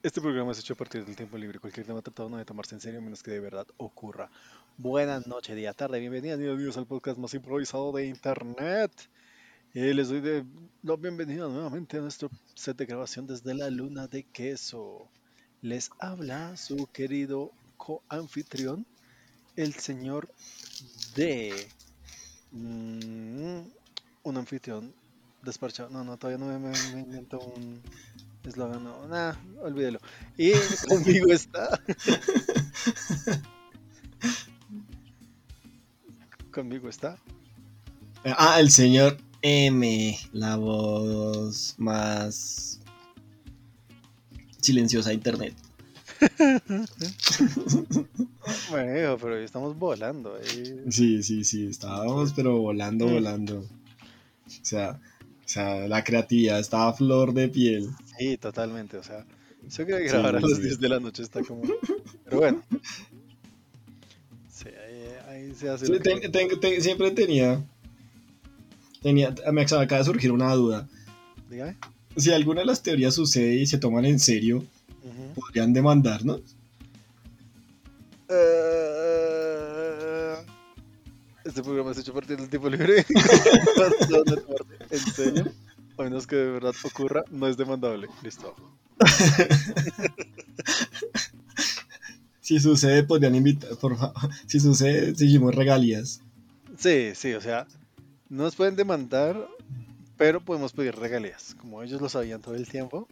Este programa es hecho a partir del tiempo libre. Cualquier tema tratado no debe tomarse en serio a menos que de verdad ocurra. Buenas noches, día, tarde, bienvenidas y bienvenidos al podcast más improvisado de internet. Les doy la bienvenida nuevamente a nuestro set de grabación desde la luna de queso. Les habla su querido coanfitrión, el señor D. Mm, un anfitrión desparchado. No, todavía no me invento un eslogan. No, olvídelo. Y conmigo está. Conmigo está. El señor M, la voz más silenciosa de internet. Bueno, pero hoy estamos volando. Sí, estábamos pero volando. La creatividad estaba a flor de piel. Sí, totalmente. O sea, eso que Sí, grabar a sí, las sí. 10 de la noche está como. Pero bueno, sí, ahí se hace lo Sí, que toca. siempre me acaba de surgir una duda. Dígame. Si alguna de las teorías sucede y se toman en serio, Ujú. ¿podrían demandarnos? Eh, Este programa es hecho a partir del tiempo libre. No, no tomarte en serio. A menos que de verdad ocurra, no es demandable. Listo. Si sucede, podrían invitar, por favor. Si sucede, exigimos regalías. Sí, sí, o sea, no nos pueden demandar, pero podemos pedir regalías. Como ellos lo sabían todo el tiempo.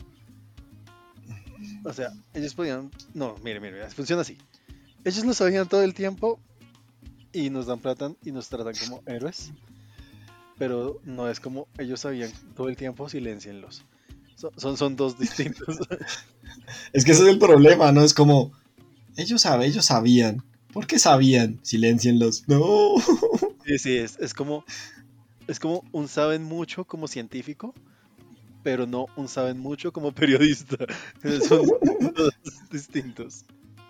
O sea, ellos podían. No, mire, funciona así. Ellos lo sabían todo el tiempo y nos dan plata y nos tratan como héroes. Pero no es como ellos sabían todo el tiempo, silencienlos. Son dos distintos. Es que ese es el problema, ¿no? Es como, ellos sabían. ¿Por qué sabían? Silencienlos. No. Sí, sí, es como un saben mucho como científico, pero no un saben mucho como periodista. Son dos distintos.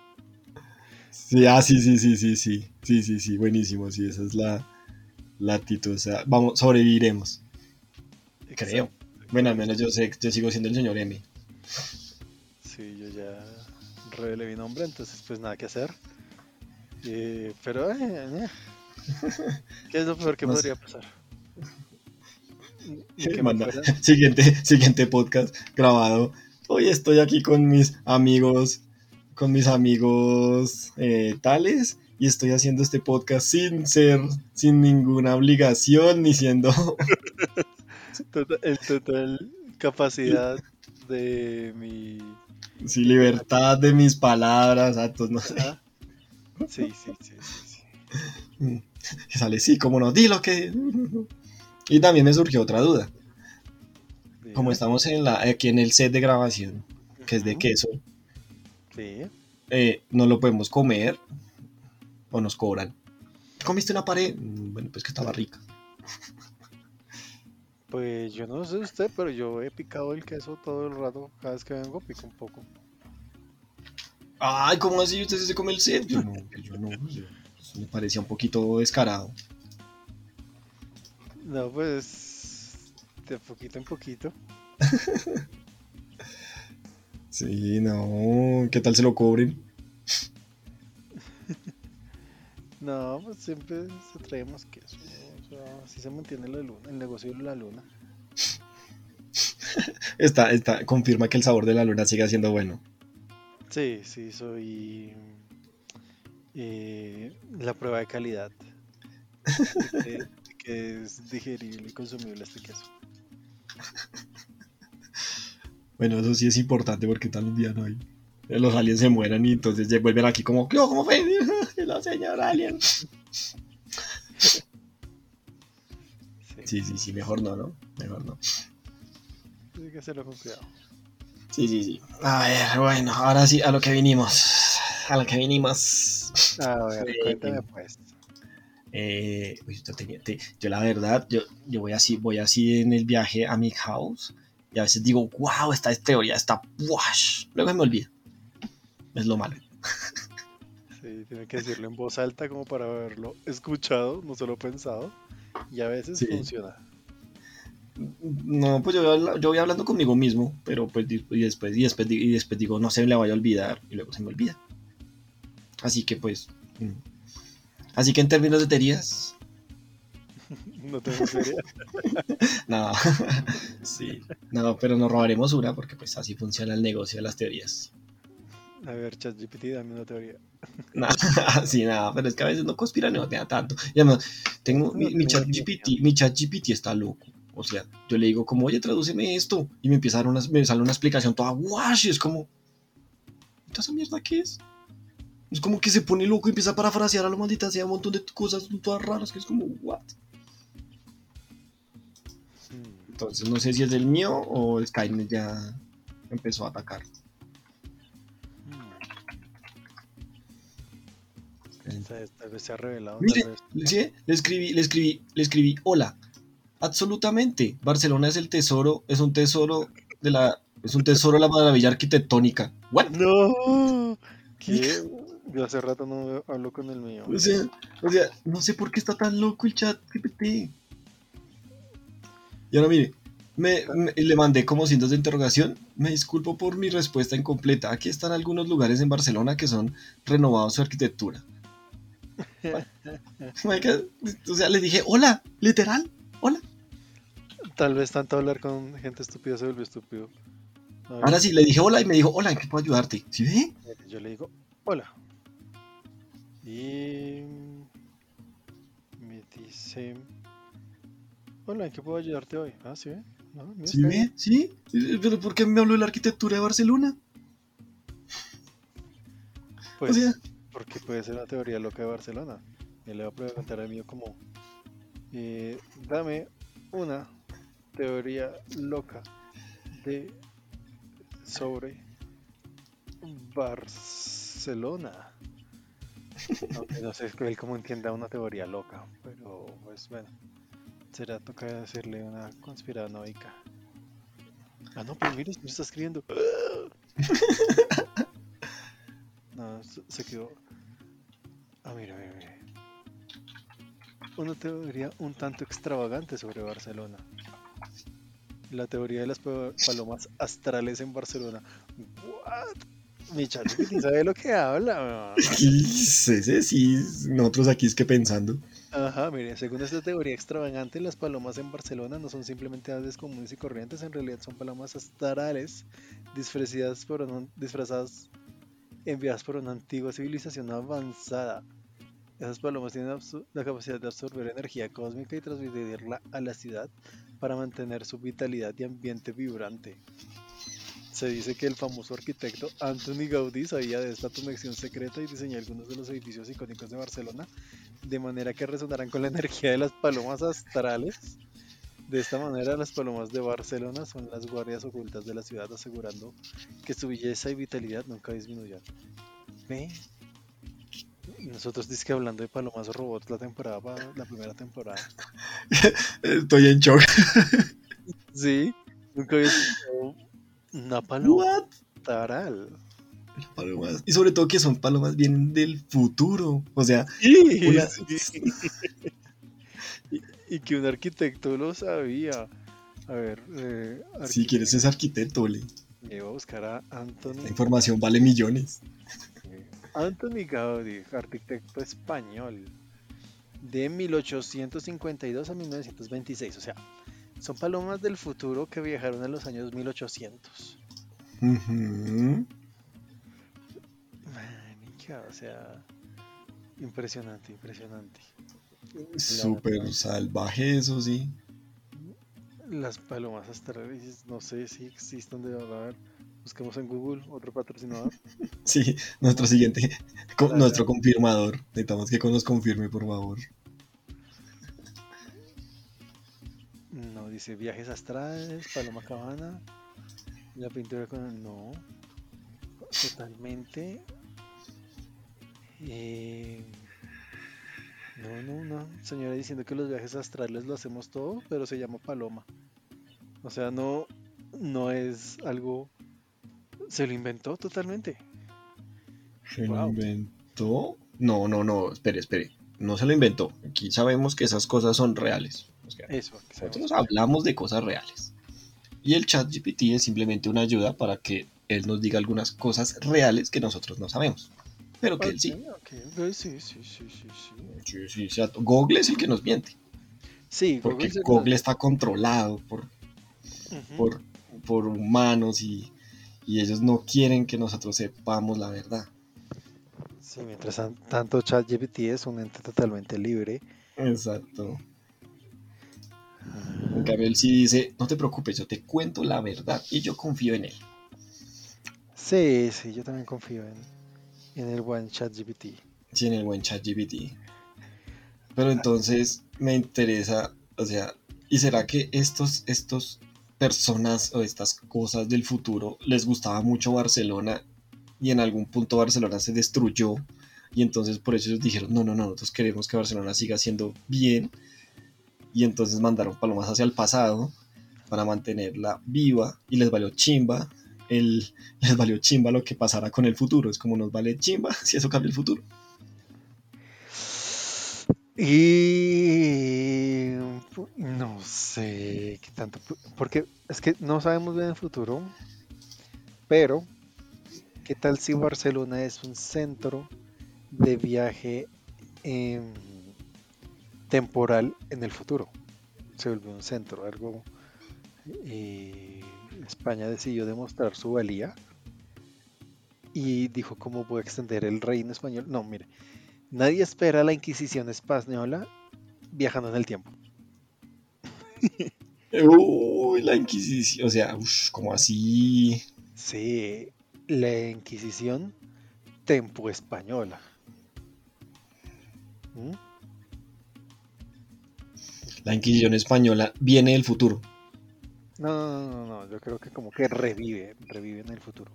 Sí, buenísimo. Sí, esa es la actitud. O sea, vamos, sobreviviremos. Creo. Exacto. Bueno, al Por eso. menos yo sé, yo sigo siendo el señor M. Sí, yo ya revelé mi nombre, entonces pues nada que hacer. Pero, ¿qué es lo peor que No sé. podría pasar? Ni que me Manda, fueran. siguiente podcast grabado. Hoy estoy aquí con mis amigos tales, y estoy haciendo este podcast sin ninguna obligación, ni siendo En total capacidad de mi sin imaginación. libertad de mis palabras, actos, no sé. Ajá. Sí, sí, sí, sí, sí. Y sale, sí, como no, di lo que. Y también me surgió otra duda. Como Dígame. estamos aquí en el set de grabación, que es de Ujú. queso, Sí. no lo podemos comer o nos cobran. ¿Comiste una pared? Bueno, pues que estaba rica. Pues yo no sé usted, pero yo he picado el queso todo el rato. Cada vez que vengo, pico un poco. Ay, ¿cómo así? ¿Usted sí se come el set? Yo no. Pues, me parecía un poquito descarado. No, pues de poquito en poquito. Sí, no. ¿Qué tal se lo cobren? No, pues siempre se trae más queso. O sea, así se mantiene la luna, el negocio de la luna. Confirma que el sabor de la luna sigue siendo bueno. Sí, sí, soy la prueba de calidad de que es digerible y consumible este queso. Bueno, eso sí es importante porque tal un día no hay. Los aliens se mueran y entonces ya vuelven aquí como, ¿qué? ¿Cómo fue? La señora alien. Sí, Sí, mejor no, ¿no? Mejor no. hay que hacerlo con cuidado. Sí. A ver, bueno, ahora sí, a lo que vinimos. A lo que vinimos. A ver, Eh, cuéntame pues. yo la verdad, yo voy así en el viaje a mi house y a veces digo, wow, esta teoría está wash. Luego me olvida. Es lo malo. Sí, tiene que decirlo en voz alta como para haberlo escuchado, no solo pensado. Y a veces Sí. funciona. No, pues yo voy hablando conmigo mismo, pero pues y después digo, no se me le vaya a olvidar, y luego se me olvida. Así que pues, así que en términos de teorías, No tenemos teoría. no, sí, no, pero nos robaremos una porque pues así funciona el negocio de las teorías. A ver, ChatGPT, dame una teoría. Nada, sí, nada, pero es que a veces no conspiranotea tanto. Y además, tengo No mi tengo chat ni GPT, opinión. mi chat GPT está loco. O sea, yo le digo como, oye, tradúceme esto. Y me empieza a dar me sale una explicación toda guash. Y es como, ¿esta mierda qué es? Es como que se pone loco y empieza a parafrasear a lo maldita sea un montón de cosas todas raras que es como, what? Hmm, Entonces no sé si es el mío o Skynet ya empezó a atacar. hmm. Quién sabe, tal vez se ha revelado, tal Mire, vez. ¿sí? Le escribí, hola, absolutamente. Barcelona es el tesoro, es un tesoro de la maravilla arquitectónica. ¿What? No, ¿qué? Yo hace rato no hablo con el mío. O sea, no sé por qué está tan loco el chat GPT. Y ahora mire, le mandé como signos de interrogación. Me disculpo por mi respuesta incompleta. Aquí están algunos lugares en Barcelona que son renovados su arquitectura. What? O sea, le dije, hola, literal, hola. Tal vez tanto hablar con gente estúpida se volvió estúpido. A Ahora ver, sí, le dije hola y me dijo, hola, ¿en qué puedo ayudarte? ¿Sí ve? yo le digo, hola. Y me dice, hola, ¿en qué puedo ayudarte hoy? Ah, sí, no, mira, ¿Sí está bien. ve? ¿Sí? ¿Pero por qué me habló de la arquitectura de Barcelona? O sea, Pues, porque puede ser una teoría loca de Barcelona. Y le voy a preguntar al mío como, dame una teoría loca de sobre Barcelona. Aunque no sé él cómo entienda una teoría loca, pero pues bueno, será toca decirle una conspiranoica. Ah, no, pero mire, me está escribiendo. No, se quedó. Ah, mira, mira, mira. Una teoría un tanto extravagante sobre Barcelona. La teoría de las palomas astrales en Barcelona. ¿What? Mi ChatGPT sabe lo que habla. sí, sí, sí, nosotros aquí es que pensando. Ajá, mire, según esta teoría extravagante, las palomas en Barcelona no son simplemente aves comunes y corrientes, en realidad son palomas astrales disfrazadas, enviadas por una antigua civilización avanzada. Esas palomas tienen la capacidad de absorber energía cósmica y transmitirla a la ciudad para mantener su vitalidad y ambiente vibrante. Se dice que el famoso arquitecto Antoni Gaudí sabía de esta conexión secreta y diseñó algunos de los edificios icónicos de Barcelona de manera que resonaran con la energía de las palomas astrales. De esta manera, las palomas de Barcelona son las guardias ocultas de la ciudad, asegurando que su belleza y vitalidad nunca disminuyan. ¿Ve? Y nosotros dice que hablando de palomas robots la primera temporada. Estoy en shock. Sí, nunca había escuchado una paloma What? astral. Palomas. Y sobre todo que son palomas vienen del futuro. O sea, Sí, una. sí. Y que un arquitecto lo sabía. A ver, Si quieres arquitecto. ser arquitecto, le. Me voy a buscar a Esta Anthony. información vale millones. Anthony Gaudí, arquitecto español, de 1852 a 1926. O sea, son palomas del futuro que viajaron en los años 1800. Ujú. Manica, o sea, impresionante, impresionante. La Súper verdad, salvaje, eso sí. las palomas astrales, no sé si existen de verdad. A ver, busquemos en Google otro patrocinador. Sí, nuestro Vamos siguiente, Playa. nuestro confirmador. Necesitamos que nos confirme, por favor. No, dice viajes astrales, Paloma Cabana, la pintura con... No, totalmente. Eh, no, no, no. Señora diciendo que los viajes astrales lo hacemos todo, pero se llama Paloma. O sea, no, no es algo... Se lo inventó totalmente. ¿Se lo Wow. inventó? No, no, no, espere, espere. No se lo inventó. Aquí sabemos que esas cosas son reales. O sea, Eso, que sabemos nosotros que hablamos de cosas reales. Y el chat GPT es simplemente una ayuda para que él nos diga algunas cosas reales que nosotros no sabemos, pero que él ok, sí. ok, ok, sí, sí, sí, sí, sí. Sí, sí, o sea, Google es el que nos miente, Sí, Google porque se nos Google ve. está controlado Ujú. por, por humanos y ellos no quieren que nosotros sepamos la verdad. Sí, mientras tanto ChatGPT es un ente totalmente libre. Exacto. En Ah, cambio, él sí dice, no te preocupes, yo te cuento la verdad y yo confío en él. sí, sí, yo también confío en el buen ChatGPT. Sí, en el buen chat GPT. Pero entonces me interesa, o sea, ¿y será que estos personas o estas cosas del futuro les gustaba mucho Barcelona y en algún punto Barcelona se destruyó y entonces por eso ellos dijeron, no, no, no, nosotros queremos que Barcelona siga siendo bien y entonces mandaron palomas hacia el pasado para mantenerla viva y les valió chimba les valió chimba lo que pasara con el futuro, es como nos vale chimba si eso cambia el futuro. Y no sé qué tanto, porque es que no sabemos bien el futuro, pero ¿qué tal si Barcelona es un centro de viaje em, temporal en el futuro? Se volvió un centro, algo. España decidió demostrar su valía y dijo cómo puede extender el reino español. No, mire, nadie espera la Inquisición española viajando en el tiempo. Uy, la Inquisición, o sea, como así. Sí, la Inquisición tempo española. ¿Mm? La Inquisición española viene del futuro. No, no, no, no, yo creo que como que revive en el futuro.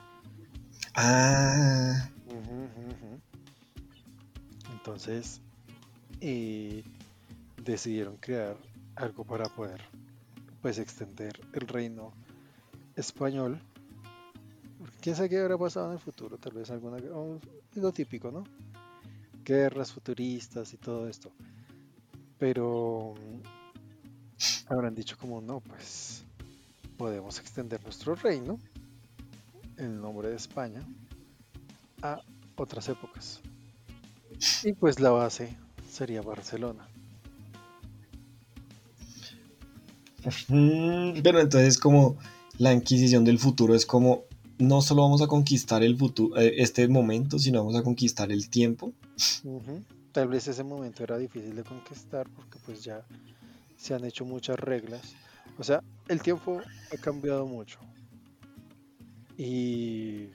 Ah, Ujú, ujú, ujú. Entonces, eh, decidieron crear algo para poder, pues, extender el reino español. Porque quién sabe qué habrá pasado en el futuro, tal vez alguna, es lo típico, ¿no? Guerras futuristas y todo esto. Pero habrán dicho como no, pues podemos extender nuestro reino en el nombre de España a otras épocas. Y pues la base sería Barcelona. pero entonces como la Inquisición del futuro es como no solo vamos a conquistar el futuro, este momento, sino vamos a conquistar el tiempo. Ujú. Tal vez ese momento era difícil de conquistar porque pues ya se han hecho muchas reglas. O sea, el tiempo ha cambiado mucho. ¿Y,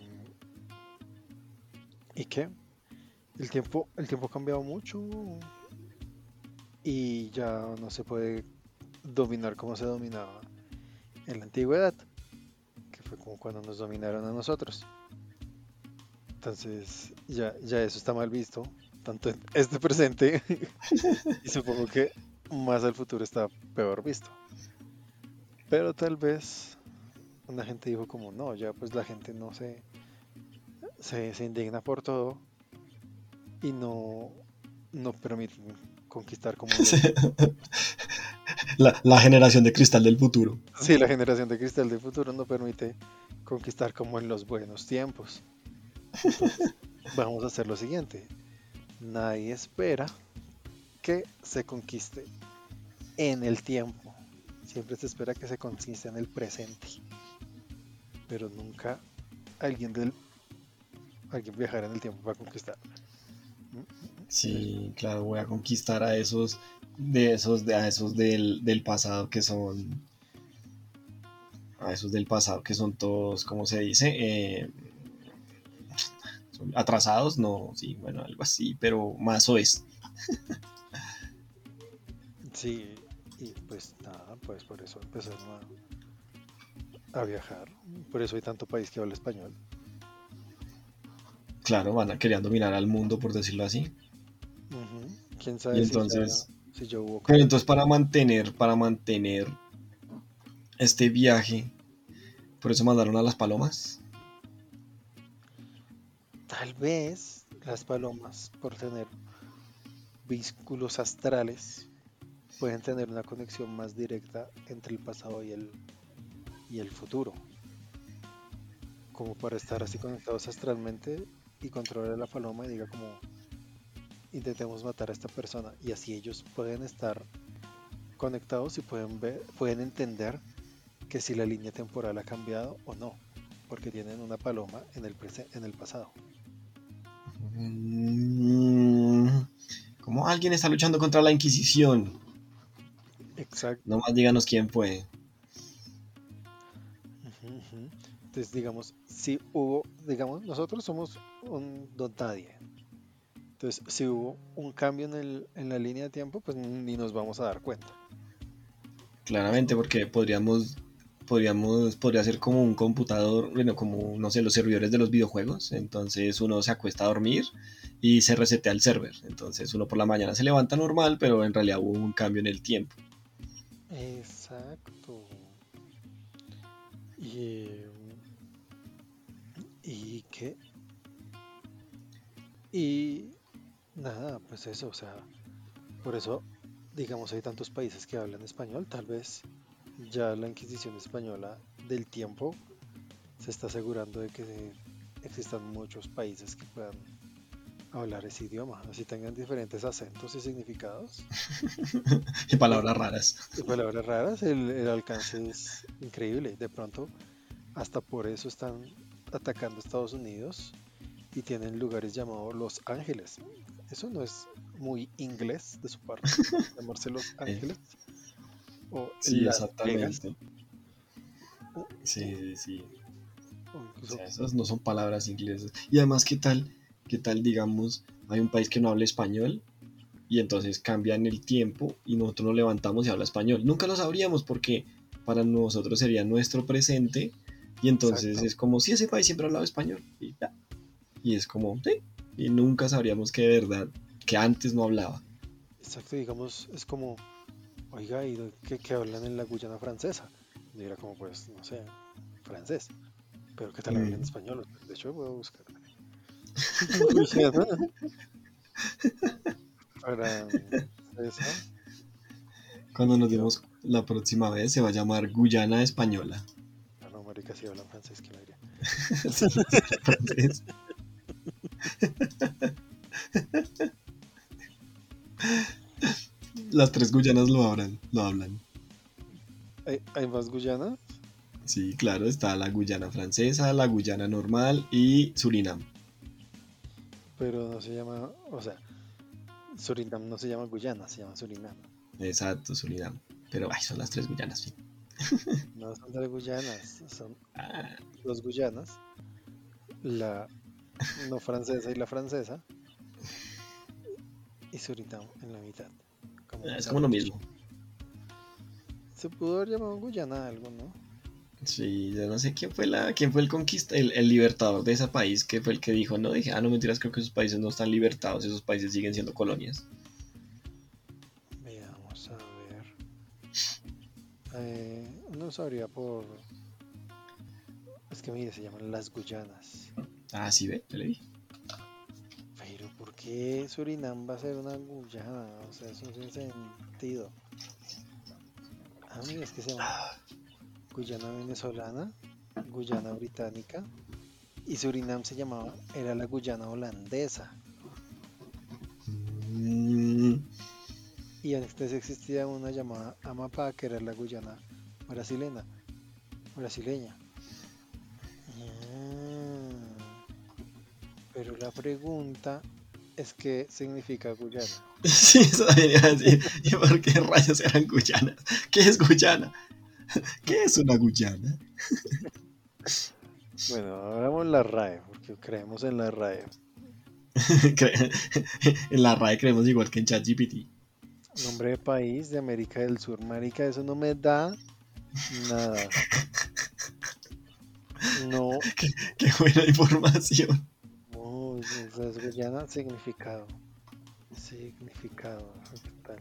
¿y qué? El tiempo ha cambiado mucho y ya no se puede dominar como se dominaba en la antigüedad, que fue como cuando nos dominaron a nosotros. Entonces ya eso está mal visto, tanto en este presente y supongo que más al futuro está peor visto. Pero tal vez una gente dijo como no, ya pues la gente no se indigna por todo y no permiten conquistar como en los... La generación de cristal del futuro. Sí, la generación de cristal del futuro no permite conquistar como en los buenos tiempos. Entonces, vamos a hacer lo siguiente. Nadie espera que se conquiste en el tiempo. Siempre se espera que se conquiste en el presente. Pero nunca alguien alguien viajará en el tiempo para conquistar. Eso. Sí, claro, voy a conquistar a a esos del pasado que son, a esos del pasado que son todos, ¿cómo se dice? Son atrasados, no, sí, bueno, algo así, pero más o es. Sí, y pues nada, pues por eso empezaron a viajar. Por eso hay tanto país que habla español. Claro, van a querer dominar al mundo, por decirlo así. Ujú. Quién Y sabe entonces, si ya hubo pero cambio. entonces para mantener este viaje, por eso mandaron a las palomas. Tal vez las palomas, por tener vínculos astrales, pueden tener una conexión más directa entre el pasado y el futuro, como para estar así conectados astralmente y controlar a la paloma y diga como intentemos matar a esta persona y así ellos pueden estar conectados y pueden ver, pueden entender que si la línea temporal ha cambiado o no, porque tienen una paloma en en el pasado. Mm, ¿Cómo alguien está luchando contra la Inquisición? Exacto. Nomás díganos quién fue. Ujú, ujú. Entonces, digamos, si hubo, digamos, nosotros somos un don nadie. Entonces, si hubo un cambio en la línea de tiempo, pues ni nos vamos a dar cuenta. Claramente, porque podría ser como un computador, bueno, como, no sé, los servidores de los videojuegos. Entonces uno se acuesta a dormir y se resetea el server. Entonces uno por la mañana se levanta normal, pero en realidad hubo un cambio en el tiempo. Exacto. ¿Y, y qué? Y nada, pues eso, o sea, por eso, digamos, hay tantos países que hablan español, tal vez ya la Inquisición española del tiempo se está asegurando de que existan muchos países que puedan hablar ese idioma, así tengan diferentes acentos y significados Y y, palabras raras. y palabras raras, el alcance es increíble. De pronto, hasta por eso están atacando a Estados Unidos y tienen lugares llamados Los Ángeles. Eso no es muy inglés de su parte, llamarse Los Eh, Ángeles o sí, Las Vegas exactamente. o, Sí, sí, sí. o O incluso sea, esas no son palabras inglesas. Y además, qué tal, digamos, hay un país que no habla español y entonces cambian el tiempo y nosotros nos levantamos y habla español? Nunca lo sabríamos porque para nosotros sería nuestro presente y entonces exacto, es como si ese país siempre hablaba español y, ya. Y es como, sí, y nunca sabríamos que de verdad, que antes no hablaba. exacto, digamos, es como, oiga, ¿y qué hablan en la Guyana francesa? Yo era como, pues, no sé, francés, pero ¿qué tal hablan Mm. español? De hecho, voy a buscar Guyana francesa, Cuando nos idioma. vemos la próxima vez se va a llamar Guyana Española. Ah, no, marica, si hablan francés, ¿quién lo diría? Sí, sí, francés. Las tres Guyanas lo hablan. Hay más Guyana, Sí, claro, está la Guyana francesa, la Guyana normal y Surinam. pero no se llama, o sea, Surinam no se llama Guyana, se llama Surinam. Exacto, Surinam. Pero ay, son las tres Guyanas, sí. No son tres Guyanas, son Ah, dos Guyanas, la no francesa y la francesa, y Surinam en la mitad, como un es como lo sándwich. mismo. Se pudo haber llamado Guyana algo, ¿no? Sí, yo no sé quién fue el conquista, el libertador de ese país, que fue el que dijo, no, dije, no mentiras, creo que esos países no están libertados, esos países siguen siendo colonias. Veamos a ver. No sabría por. Es que mire, se llaman las Guyanas. Ah, sí, ve, ya le dije. Pero ¿por qué Surinam va a ser una Guyana? O sea, eso no tiene sentido. Ah, mira, es que se llama Guyana venezolana, Guyana británica, y Surinam se llamaba, era la Guyana holandesa. Mm, Y antes existía una llamada Amapá, que era la Guyana brasileña. Brasileña. Ah, pero la pregunta es qué significa Guyana. sí, eso también iba a decir. ¿Y por qué rayos eran Guyanas? ¿Qué es Guyana? ¿Qué es una Guyana? Bueno, hablamos la RAE, porque creemos en la RAE. En la RAE creemos igual que en ChatGPT. Nombre de país de América del Sur. Marica, eso no me da nada. No, Qué buena información. no, es Guyana, significado. Significado, ¿qué tal?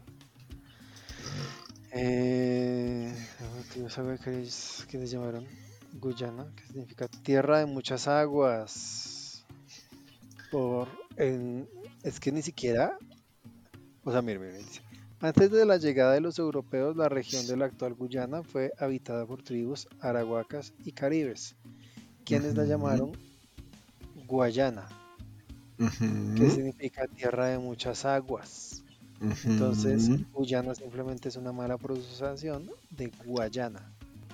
Tú sabes que les llamaron Guyana, que significa tierra de muchas aguas. Por, en, es que ni siquiera, o sea, mire, dice, Antes de la llegada de los europeos, la región de la actual Guyana fue habitada por tribus arahuacas y caribes, quienes la Ujú, llamaron Guayana, que ujú, significa tierra de muchas aguas. Entonces, ujú. Guyana simplemente es una mala pronunciación de Guayana.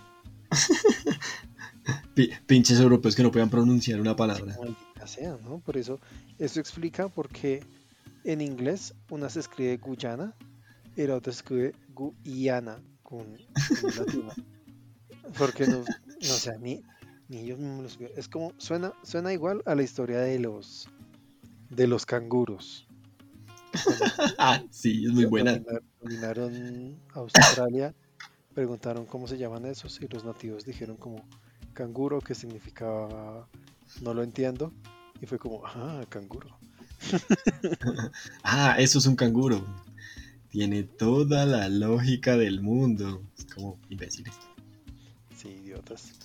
Pinches europeos que no puedan pronunciar una palabra. Maldita sea, ¿no? Por eso explica por qué en inglés una se escribe Guyana y la otra se escribe Guyana con I latina. Porque no sé, ni ellos mismos lo escriben. Es como, suena igual a la historia de los canguros, que cuando Ah, sí, es muy buena. dominaron Australia, preguntaron cómo se llaman esos y los nativos dijeron como canguro, que significaba no lo entiendo, y fue como, ah, canguro. Ah, eso es un canguro. Tiene toda la lógica del mundo. Es como imbéciles. Sí, idiotas.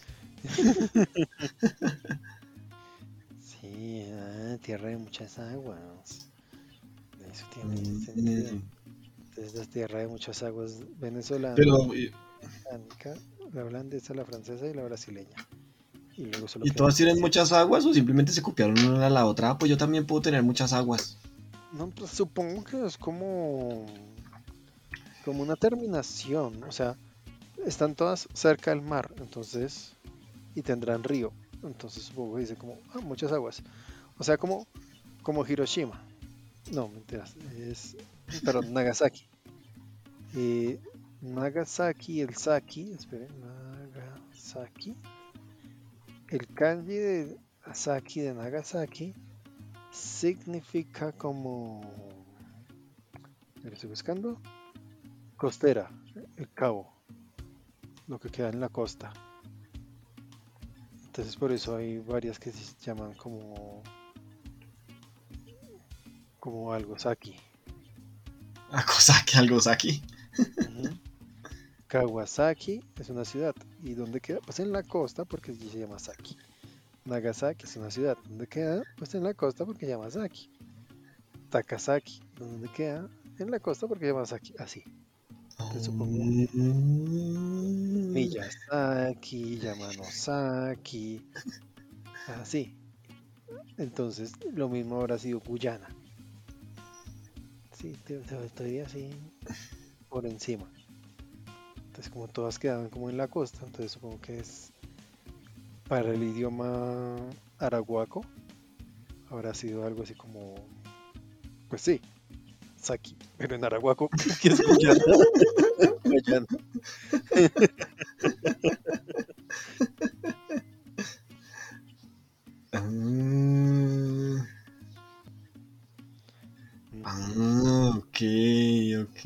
Sí, tierra de muchas aguas. Eso tiene sentido. Mm, Entonces, la tierra de muchas aguas venezolana, Pero, británica, la holandesa, la francesa y la brasileña. Y luego solo ¿y queda todas tienen Francia. muchas aguas o simplemente se copiaron una a la otra? Ah, pues yo también puedo tener muchas aguas. No, pues supongo que es como una terminación. O sea, están todas cerca del mar, entonces, y tendrán río. Entonces supongo que dice como, muchas aguas. O sea, como Hiroshima. No, mentiras. Perdón, Nagasaki. Eh, Nagasaki, el Saki, esperen, Nagasaki. El kanji de Saki de Nagasaki significa como, lo estoy buscando, costera, el cabo, lo que queda en la costa. Entonces por eso hay varias que se llaman como algo Saki. Ah, Kosaki, algo Saki. Ujú. Kawasaki es una ciudad. ¿Y dónde queda? Pues en la costa porque allí se llama Saki. Nagasaki es una ciudad. ¿Dónde queda? Pues en la costa porque se llama Saki. Takasaki, ¿dónde queda? En la costa porque se llama Saki. Así. Te supongo. Mm. Miyazaki, Yamanosaki, así. Entonces, lo mismo habrá sido Guyana. Sí, te estoy así por encima. Entonces, como todas quedan como en la costa, entonces supongo que es para el idioma arahuaco, habrá sido algo así como, pues sí, Saki, pero en arahuaco, que es Guyana, Guyana. Ah, Ujú. ah, ok, ok.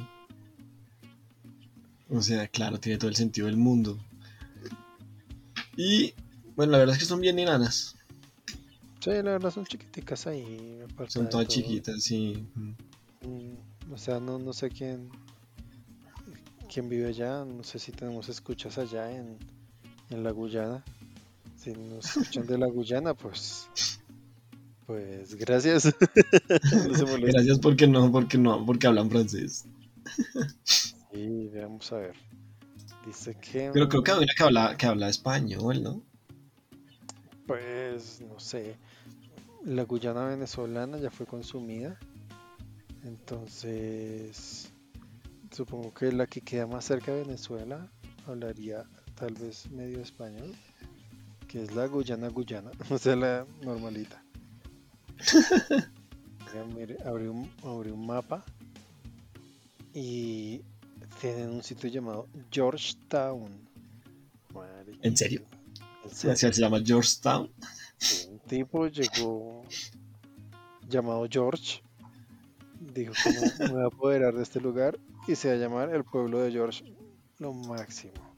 O sea, claro, tiene todo el sentido del mundo. Y bueno, la verdad es que son bien enanas. Sí, la verdad son chiquiticas ahí, aparte Son de todas todo. chiquitas, sí. O sea, no sé quién vive allá, no sé si tenemos escuchas allá en la Guyana. Si nos escuchan de la Guyana, pues gracias. No se molesten. Gracias porque no, porque hablan francés. Y vamos a ver. Dice que, Pero creo que hay una que habla español, ¿no? pues, no sé, la Guyana venezolana ya fue consumida. Entonces, supongo que la que queda más cerca de Venezuela hablaría tal vez medio español, que es la Guyana, o sea, la normalita. Mire, abrí un mapa y tienen un sitio llamado Georgetown. ¿En serio? Mariquísimo. En Se serio. llama Georgetown. Sí, un tipo llegó llamado George, dijo como me voy a apoderar de este lugar y se va a llamar el pueblo de George. Lo máximo.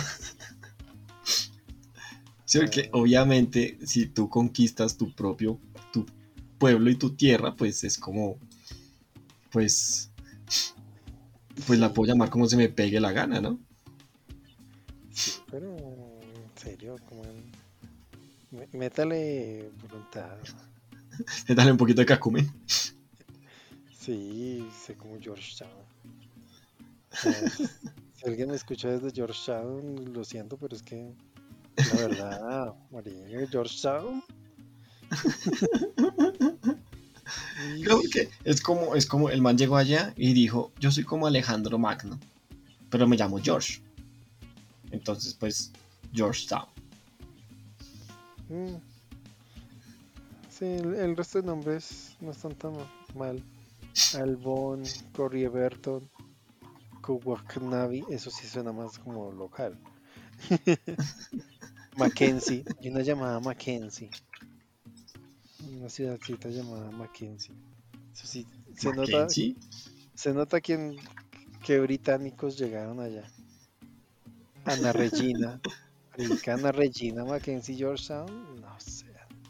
Sí, porque obviamente si tú conquistas tu pueblo y tu tierra, pues es como, pues, pues la Sí, puedo llamar como se me pegue la gana, ¿no? sí, pero en serio, métale voluntad. Dale un poquito de cacumen. Sí, sé como Georgetown. O sea, si alguien me escucha desde Georgetown, lo siento, pero es que la verdad, María, Georgetown. Creo Ish. que es como el man llegó allá y dijo, yo soy como Alejandro Magno, pero me llamo George. Entonces, pues, Georgetown. Mm, sí, el resto de nombres no están tan mal. Albon, Corey Burton, Kuwaknavi, eso sí suena más como local. Mackenzie, hay una llamada Mackenzie, una ciudadcita llamada Mackenzie. Eso sí, Mackenzie. se nota que británicos llegaron allá. Ana Regina, marica, Ana Regina, Mackenzie, Georgetown, no sé.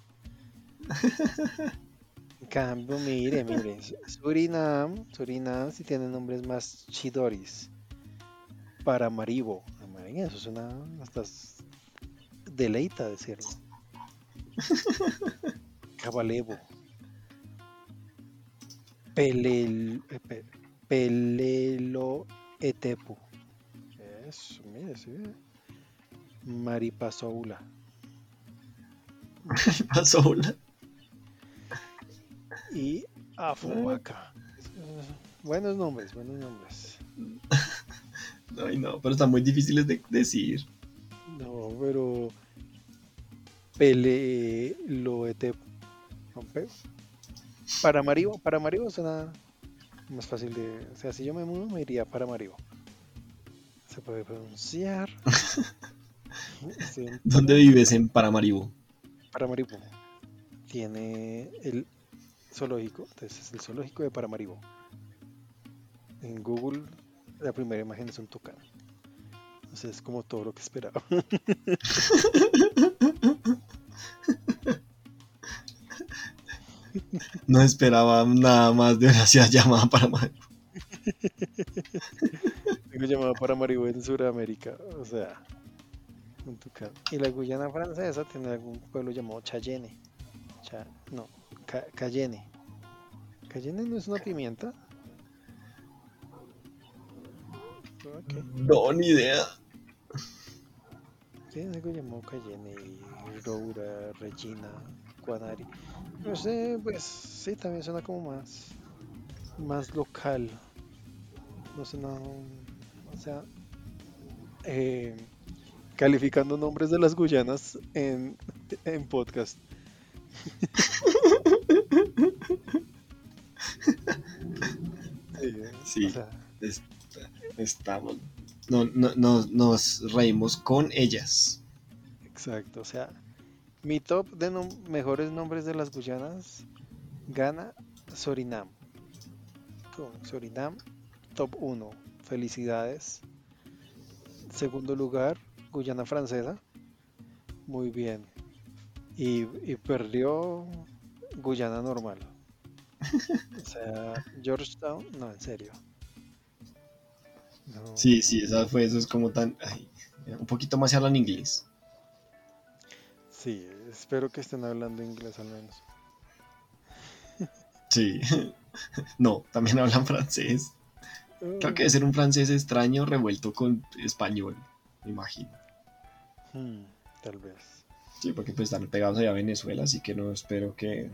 En cambio, mire, Surinam sí tiene nombres más chidoris. Paramaribo, marica, eso suena hasta deleita decirlo. Cabalevo, Pelelo Etepu. Eso, mire, sí. Maripasoula. Pasola. Y Afobaca. Buenos nombres, buenos nombres. Ay, no, pero están muy difíciles de decir. No, pero Peleloetepu. Paramaribo suena más fácil de. O sea, si yo me mudo, me iría a Paramaribo. Se puede pronunciar. ¿Dónde Centro. vives en Paramaribo? Paramaribo. Tiene el zoológico. Entonces es el zoológico de Paramaribo. En Google, la primera imagen es un tucán. Entonces es como todo lo que esperaba. No esperaba nada más de una ciudad llamada Paramaribo. Tengo llamado Paramaribo en Sudamérica. O sea, un tucán. Y la Guyana francesa tiene algún pueblo llamado Chayenne. No, Cayenne. ¿Cayenne no es una pimienta? Ok. No, ni idea. Tiene algo llamado Cayenne, Roura, Regina, Guanari. No sé, pues sí, también suena como más local. No suena, o sea, eh, calificando nombres de las Guyanas en podcast. Sí, o Sí, sea, estamos. No, nos reímos con ellas. exacto. O sea, mi top de mejores nombres de las Guyanas gana Surinam. Con Surinam, top uno. Felicidades. Segundo lugar, Guyana Francesa. Muy bien. Y perdió Guyana normal. O sea, Georgetown, no, en serio. No. Sí, sí, eso es como tan. Ay, un poquito más se hablan inglés. Sí, espero que estén hablando inglés al menos. Sí. No, también hablan francés. Creo que debe ser un francés extraño revuelto con español, me imagino. Hmm, tal vez. Sí, porque pues están pegados allá a Venezuela, así que no espero que.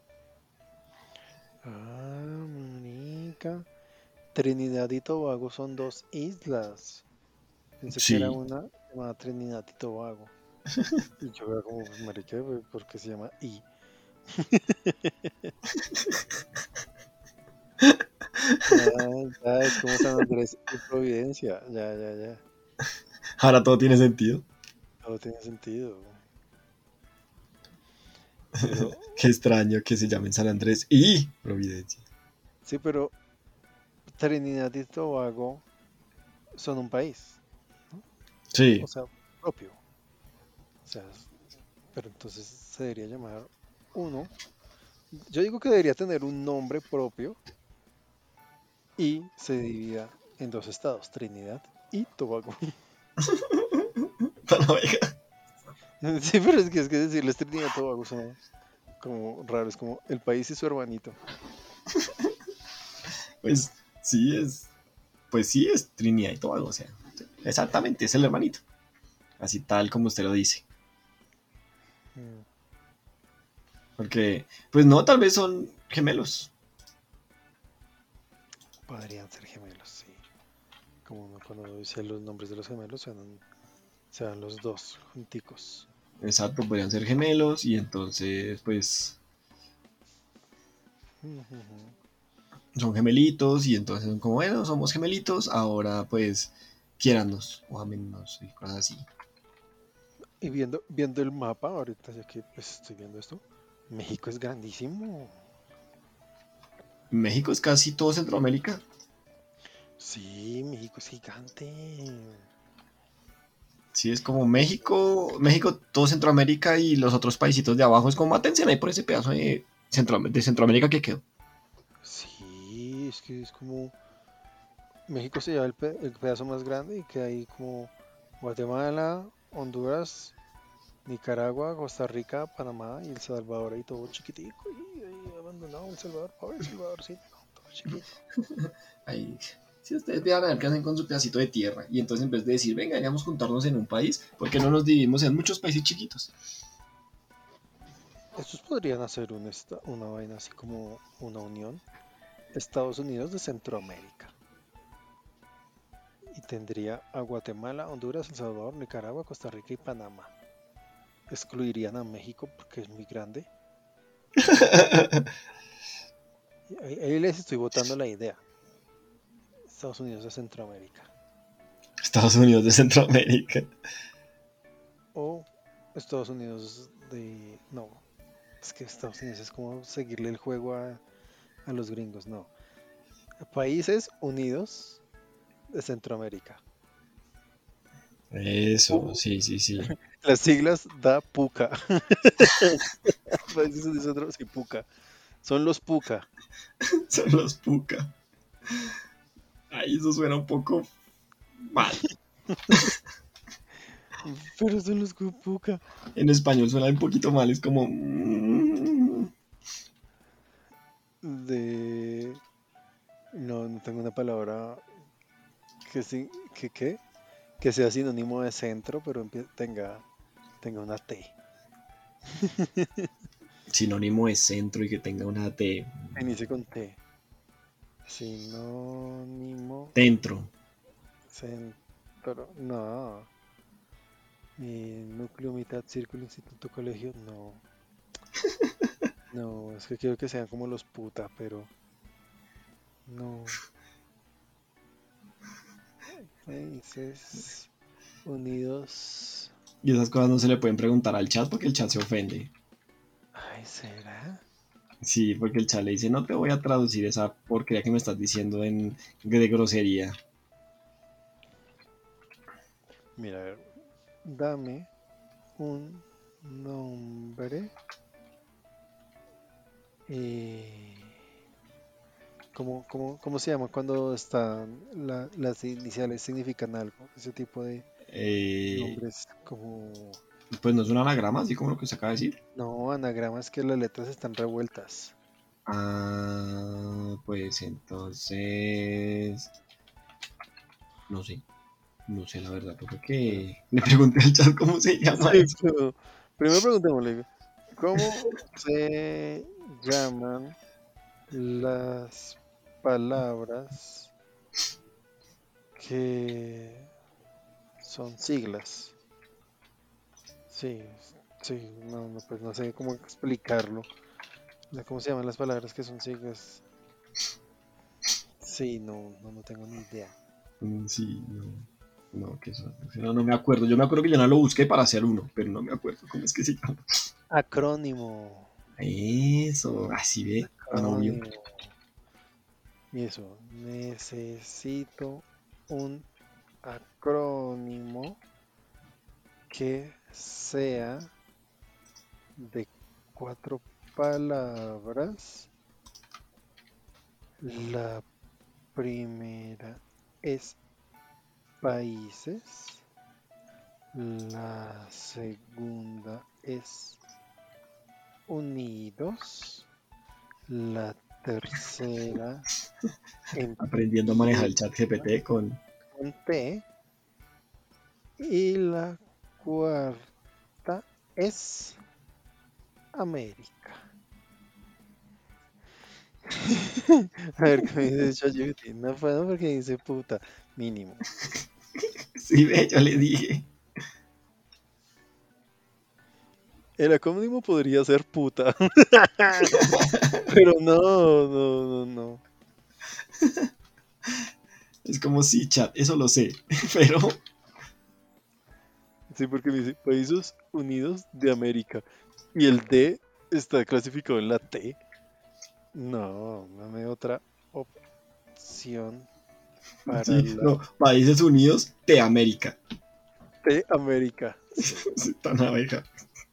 Ah, manica. Trinidad y Tobago son dos islas. Pensé que era Sí. una llamada Trinidad y Tobago. Y yo era como, pues, marica, ¿por qué se llama I? Ya, es como San Andrés y Providencia. Ya. Ahora todo tiene sentido. Todo tiene sentido. Pero, Qué extraño que se llamen San Andrés y Providencia. sí, pero Trinidad y Tobago son un país, ¿no? O Sí, sea, propio. O sea, pero entonces se debería llamar uno. Yo digo que debería tener un nombre propio y se divida en dos estados, Trinidad y Tobago. para navegar. Sí, pero es que decirles Trinidad y Tobago suena como raro, es como el país y su hermanito. Pues sí es, pues sí es Trinidad y Tobago, o sea, exactamente, es el hermanito. Así tal como usted lo dice. Mm, Porque, pues no, tal vez son gemelos. Podrían ser gemelos, sí. Como cuando dice los nombres de los gemelos, sean los dos junticos. Exacto, podrían ser gemelos y entonces, pues, Ujujú. son gemelitos y entonces son como, bueno, somos gemelitos, ahora pues, quiérannos o amennos y cosas así. Y viendo el mapa, ahorita ya que pues, estoy viendo esto, México es grandísimo. México es casi todo Centroamérica. Sí, México es gigante. Sí, es como México, todo Centroamérica y los otros paisitos de abajo. Es como atención ahí por ese pedazo de Centroamérica que quedó. Sí, es que es como México se lleva el pedazo más grande y que hay como Guatemala, Honduras, Nicaragua, Costa Rica, Panamá y El Salvador ahí todo chiquitico y ahí abandonado El Salvador, pobre El Salvador, sí, todo chiquito. Ahí, si ustedes vean a ver qué hacen con su pedacito de tierra. Y entonces en vez de decir, venga, vamos a juntarnos en un país, ¿por qué no nos dividimos en muchos países chiquitos? Estos podrían hacer una vaina así como una unión. Estados Unidos de Centroamérica. Y tendría a Guatemala, Honduras, El Salvador, Nicaragua, Costa Rica y Panamá. Excluirían a México porque es muy grande. Y ahí les estoy votando la idea. Estados Unidos de Centroamérica. Estados Unidos de Centroamérica. O Estados Unidos de... No, es que Estados Unidos es como seguirle el juego a los gringos. No. Países Unidos de Centroamérica. Eso, Pu- sí, sí, sí. Las siglas da PUCA. Países Unidos de Centroamérica. Sí, PUCA. Son los PUCA. Son los puca. Ahí eso suena un poco mal. Pero son los PUCA. En español suena un poquito mal, es como... De... No, no tengo una palabra que sí, que sea sinónimo de centro, pero tenga una T. sinónimo de centro y que tenga una T. Inicie con T. Sinónimo Dentro. centro. No. Núcleo, mitad, círculo, instituto, colegio. No. No, es que quiero que sean como los puta, pero no. Países Unidos. Y esas cosas no se le pueden preguntar al chat porque el chat se ofende. Ay, ¿será? Sí, porque el chat le dice, no te voy a traducir esa porquería que me estás diciendo de grosería. Mira, a ver. Dame un nombre. eh, ¿Cómo se llama cuando las iniciales significan algo? Ese tipo de Eh, nombres como... pues no es un anagrama, así como lo que se acaba de decir. No, anagramas que las letras están revueltas. Ah, pues entonces... No sé, no sé la verdad, Bueno, porque le pregunté al chat cómo se llama sí, eso. pero primero preguntémosle, ¿cómo se llaman las palabras que son siglas? Sí, sí, no, no, pues no sé cómo explicarlo. O sea, ¿cómo se llaman las palabras que son siglas? Sí, no tengo ni idea. Sí, no, no, que eso, no, no me acuerdo. Yo me acuerdo que yo no lo busqué para hacer uno, pero no me acuerdo cómo es que se llama. Acrónimo. Eso, así ve, tan obvio. Acrónimo. Y eso, necesito un acrónimo que sea de 4 palabras. La primera es países. La segunda es unidos. La tercera Aprendiendo a manejar el chat GPT con... con T. Y la cuarta es América. A ver qué me dice ChatGPT. No puedo porque dice puta, mínimo. Sí, ve, yo le dije. El acrónimo podría ser puta. Pero no. Es como sí, chat, eso lo sé. Pero Sí, porque me dice Países Unidos de América. Y el D está clasificado en la T. No, dame otra opción para sí, la no, Países Unidos de América. T América. Sí. Sí, tan abeja.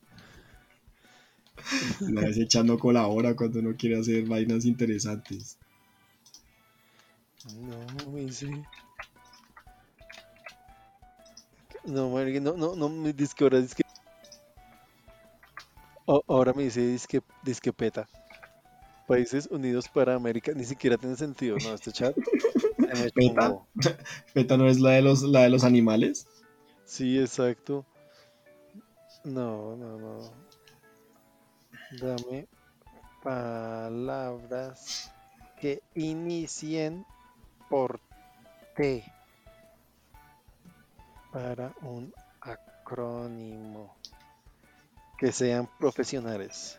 La vez echando colabora cuando uno quiere hacer vainas interesantes. No, me dice. No, marica, no, me dice que ahora dice que. Ahora me dice disque peta. Países Unidos para América. Ni siquiera tiene sentido, ¿no? Este chat se me ¿Peta? chungó. ¿Peta no es la de los animales? Sí, exacto. No. Dame palabras que inicien por T para un acrónimo. Que sean profesionales.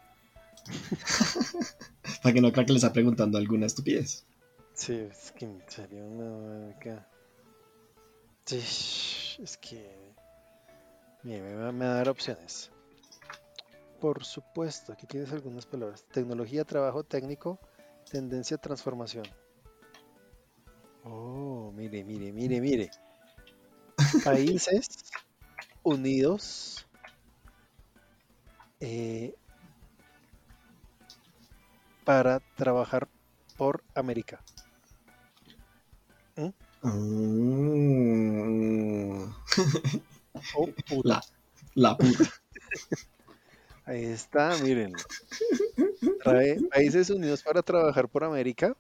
Para que no crea que le está preguntando alguna estupidez. Sí, es que en serio, no, acá. Sí, es que. Mira, me va a dar opciones. Por supuesto, aquí tienes algunas palabras. Tecnología, trabajo técnico, tendencia, transformación. Oh, mire. Países Unidos eh, para trabajar por América. ¿Mm? Mm. Oh, puta. La, la puta. Ahí está, mírenlo. Trae Países Unidos para trabajar por América.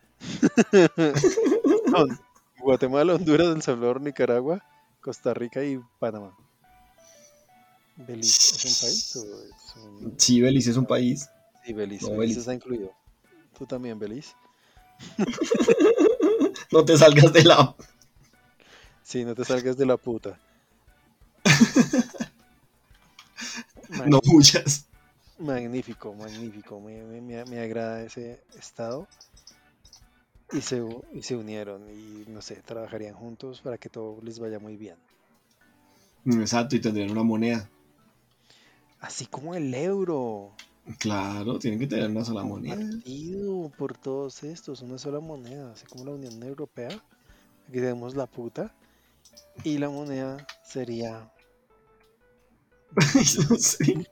Son Guatemala, Honduras, El Salvador, Nicaragua, Costa Rica y Panamá. ¿Belice es un país o es un...? Sí, Belice es un país. Sí, Belice. No, Belice Belice. está incluido. Tú también, Belice. No te salgas de la... Sí, no te salgas de la puta. No Magnífico, huyas. magnífico. Me agrada ese estado. Y se unieron y, no sé, trabajarían juntos para que todo les vaya muy bien. Exacto, y tendrían una moneda. Así como el euro. Claro, tienen que tener una sola moneda. Compartido por todos estos, una sola moneda. Así como la Unión Europea. Aquí tenemos la puta. Y la moneda sería No billete. sé.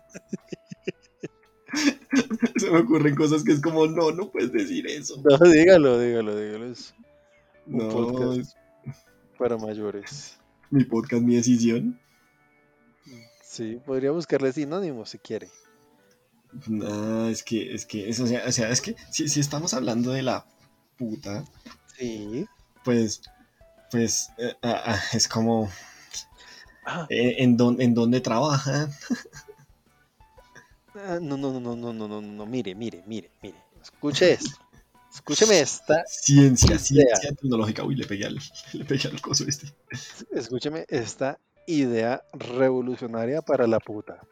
Se me ocurren cosas que es como, no, no puedes decir eso. No, dígalo. Es un No, podcast para mayores. mi podcast, mi decisión. Sí, podría buscarle sinónimos si quiere. No, es que si estamos hablando de la puta, Sí. pues, es como, Ah, en dónde trabaja. no. Mire. Escuche esto. Escúcheme esta idea. Ciencia tecnológica. Uy, le pegué al coso este. Escúcheme esta idea revolucionaria para la puta.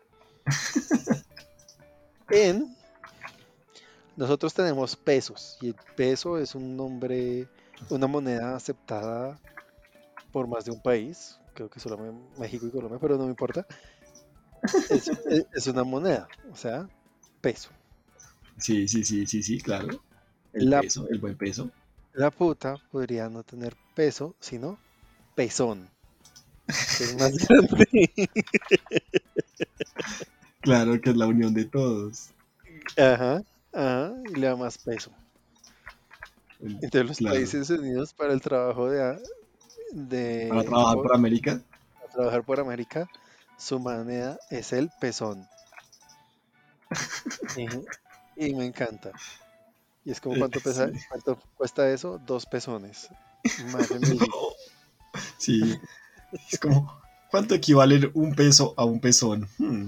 En nosotros tenemos pesos y el peso es un nombre, una moneda aceptada por más de un país. Creo que solo México y Colombia, pero no me importa. Es una moneda, o sea, peso. Sí, claro. El La, peso, el buen peso. la puta podría no tener peso, sino pezón, que es más grande. Claro que es la unión de todos. Ajá, y le da más peso. Entonces los Claro. Países Unidos para el trabajo Para de trabajar por América. para trabajar por América, su moneda es el pezón. Y, y me encanta. Y es como Sí. cuánto cuesta eso, 2 pezones. Más de 1.000. Sí, es como, ¿cuánto equivale un peso a un pezón?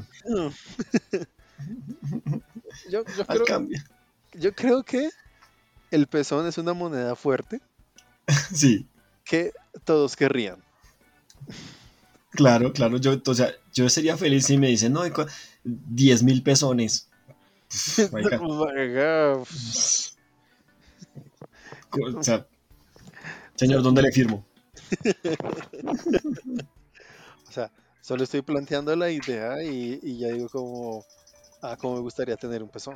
Yo Al creo, cambio. yo creo que el pezón es una moneda fuerte Sí, que todos querrían. claro, claro. Yo, o sea, yo sería feliz si me dicen, no, 10.000 pezones. Oiga, Oiga, o sea, o sea, señor, ¿dónde le firmo? o sea, solo estoy planteando la idea y ya digo como, cómo me gustaría tener un pezón.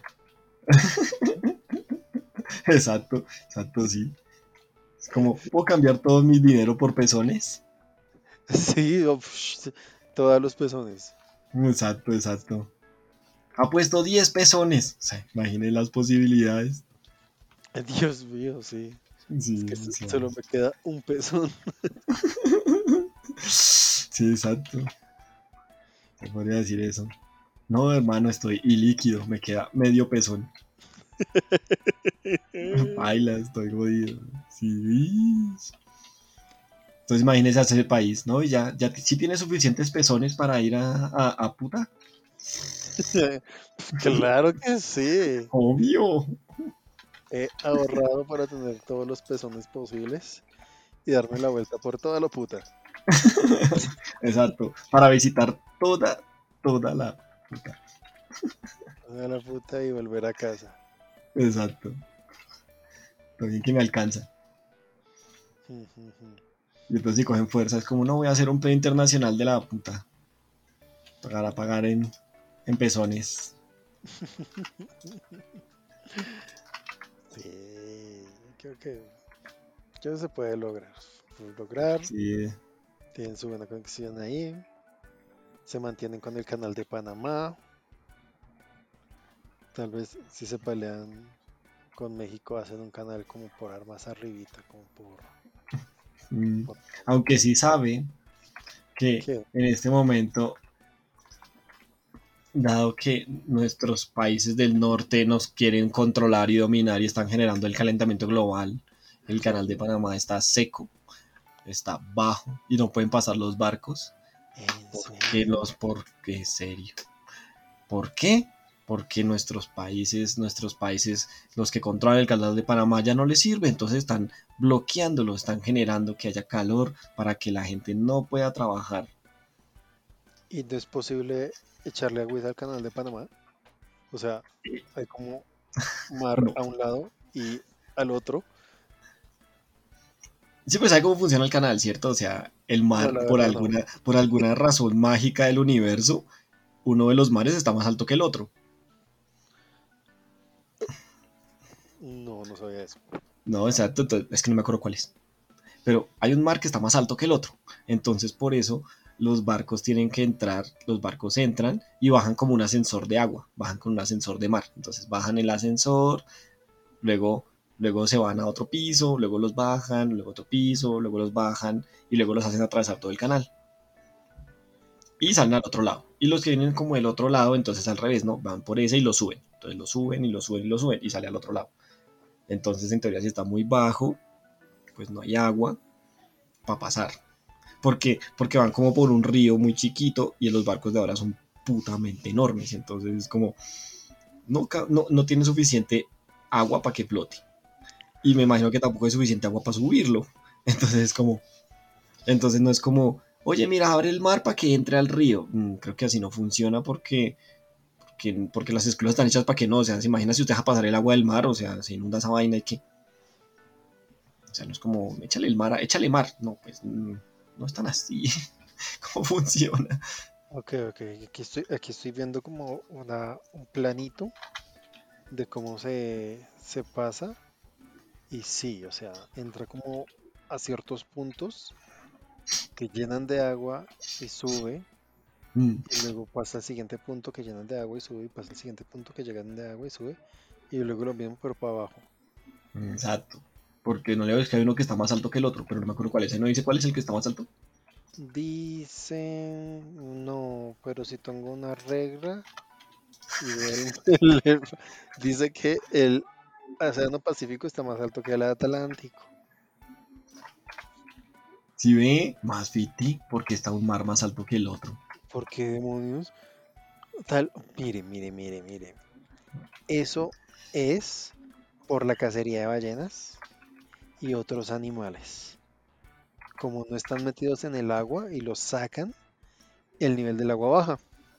Exacto, exacto, sí. Es como, ¿puedo cambiar todo mi dinero por pezones? Sí, todos los pezones. Exacto, exacto. Ha puesto 10 pezones. O sea, imagine las posibilidades. Dios mío, sí. Es Sí, que o sea, solo me queda un pezón. sí, exacto. Se podría decir eso. No, hermano, estoy ilíquido. Me queda medio pezón. Baila, estoy jodido. Sí. Entonces imagínese hacer el país, ¿no? Y ya sí tiene suficientes pezones para ir a puta. Claro que sí. Obvio. He ahorrado para tener todos los pezones posibles y darme la vuelta por toda la puta. Exacto. Para visitar toda la puta. Toda la puta y volver a casa. Exacto. Lo bien que me alcanza. Y entonces si cogen fuerza, es como, no voy a hacer un play internacional de la puta. Para pagar en pezones. Sí, creo que se puede lograr. Puede lograr, Sí, tienen su buena conexión ahí, se mantienen con el canal de Panamá. Tal vez si se pelean con México hacen un canal como por armas arribita, como mm, por aunque sí sabe que ¿qué? en este momento, dado que nuestros países del norte nos quieren controlar y dominar y están generando el calentamiento global, el Sí. canal de Panamá está seco, está bajo y no pueden pasar los barcos. ¿En ¿Por qué serio? los? ¿Por qué? ¿Serio? ¿Por qué? Porque nuestros países, los que controlan el canal de Panamá ya no les sirve, entonces están bloqueándolo, están generando que haya calor para que la gente no pueda trabajar. ¿Y no es posible echarle agüita al canal de Panamá? O sea, hay como mar No. a un lado y al otro. Sí, pues sabe cómo funciona el canal, ¿cierto? O sea, el No, mar, la verdad no. por alguna razón mágica del universo, uno de los mares está más alto que el otro. No, no sabía eso. No, exacto, es que no me acuerdo cuál es. Pero hay un mar que está más alto que el otro. Entonces, por eso los barcos tienen que entrar, los barcos entran y bajan como un ascensor de agua, bajan con un ascensor de mar. Entonces, bajan el ascensor, luego, luego se van a otro piso, luego los bajan, luego otro piso, luego los bajan y luego los hacen atravesar todo el canal. Y salen al otro lado. Y los que vienen como del otro lado, entonces al revés, ¿no? Van por ese y lo suben. Entonces lo suben y lo suben y lo suben y sale al otro lado. Entonces, en teoría, si está muy bajo, pues no hay agua para pasar. Porque van como por un río muy chiquito y los barcos de ahora son putamente enormes. Entonces es como, no tiene suficiente agua para que flote. Y me imagino que tampoco hay suficiente agua para subirlo. Entonces es como, entonces no es como, oye, mira, abre el mar para que entre al río. Creo que así no funciona porque las escuelas están hechas para que no. O sea, se imagina si usted deja pasar el agua del mar, o sea, se inunda esa vaina y que. O sea, no es como, échale el mar, échale mar. No, pues no es tan así. ¿Cómo funciona? Ok, ok. Aquí estoy viendo como un planito de cómo se pasa. Y sí, o sea, entra como a ciertos puntos que llenan de agua y sube. Mm, Y luego pasa al siguiente punto que llenan de agua y sube. Y pasa al siguiente punto que llenan de agua y sube. Y luego lo mismo, pero para abajo. exacto. Porque no le ves que hay uno que está más alto que el otro, pero no me acuerdo cuál es. ¿No dice cuál es el que está más alto? Dicen, no, pero si tengo una regla y veo dice que el El Océano Pacífico está más alto que el Atlántico. Si ve, más ficti, porque está un mar más alto que el otro. ¿Por qué demonios? Tal, mire, mire, mire, mire. Eso es por la cacería de ballenas y otros animales. Como no están metidos en el agua y los sacan, el nivel del agua baja.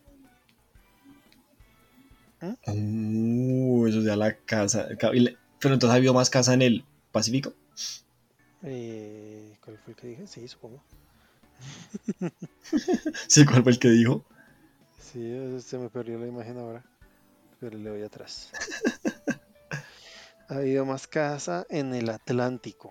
¿Mm? Eso ya la casa. Pero entonces ha habido más casa en el Pacífico. ¿Cuál fue el que dije? Sí, supongo. Sí, ¿cuál fue el que dijo? Sí, se me perdió la imagen ahora, pero le voy atrás. Ha habido más casa en el Atlántico.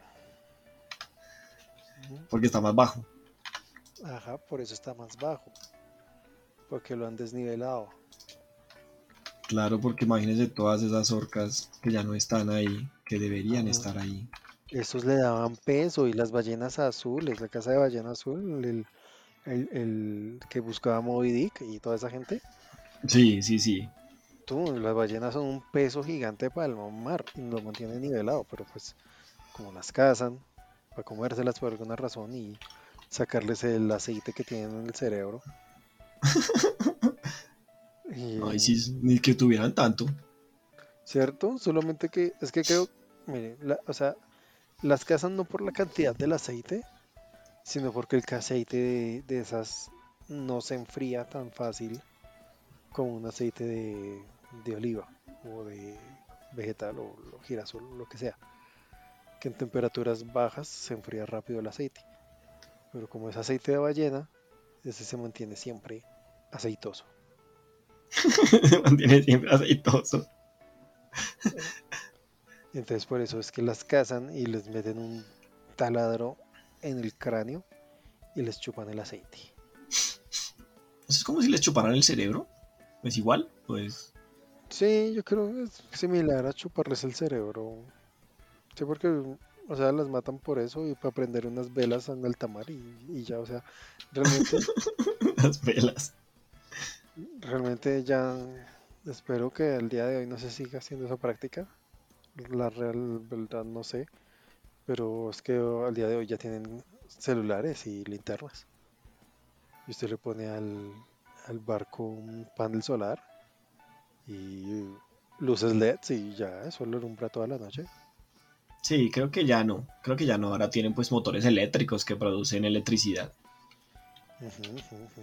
Ujú. Porque está más bajo. Ajá, por eso está más bajo, porque lo han desnivelado. Claro, porque imagínense todas esas orcas que ya no están ahí, que deberían Ajá. estar ahí. Esos le daban peso y las ballenas azules, la casa de ballena azul, el que buscaba Moby Dick y toda esa gente. Sí, sí, sí. Las ballenas son un peso gigante para el mar y lo mantienen nivelado, pero pues como las cazan, para comérselas por alguna razón y sacarles el aceite que tienen en el cerebro. Ay, Y, sí, ni que tuvieran tanto. ¿cierto? Solamente que es que creo, mire, o sea, las cazan no por la cantidad del aceite, sino porque el aceite de esas no se enfría tan fácil como un aceite de oliva o de vegetal o girasol, lo que sea, que en temperaturas bajas se enfría rápido el aceite, pero como es aceite de ballena, ese se mantiene siempre aceitoso. Se mantiene siempre aceitoso. Entonces por eso es que las cazan y les meten un taladro en el cráneo y les chupan el aceite. Es como si les chuparan el cerebro. Es igual, pues. Sí, yo creo que es similar a chuparles el cerebro. Sí, porque, o sea, las matan por eso y para prender unas velas en alta mar y ya, o sea, realmente, Las velas. realmente ya espero que el día de hoy no se siga haciendo esa práctica. La real verdad no sé, pero es que al día de hoy ya tienen celulares y linternas. Y usted le pone al barco un panel solar y luces LEDs y ya, eso lo alumbra toda la noche. Sí, creo que ya no. Creo que ya no. Ahora tienen pues motores eléctricos que producen electricidad. Ujú, ujú, ujú.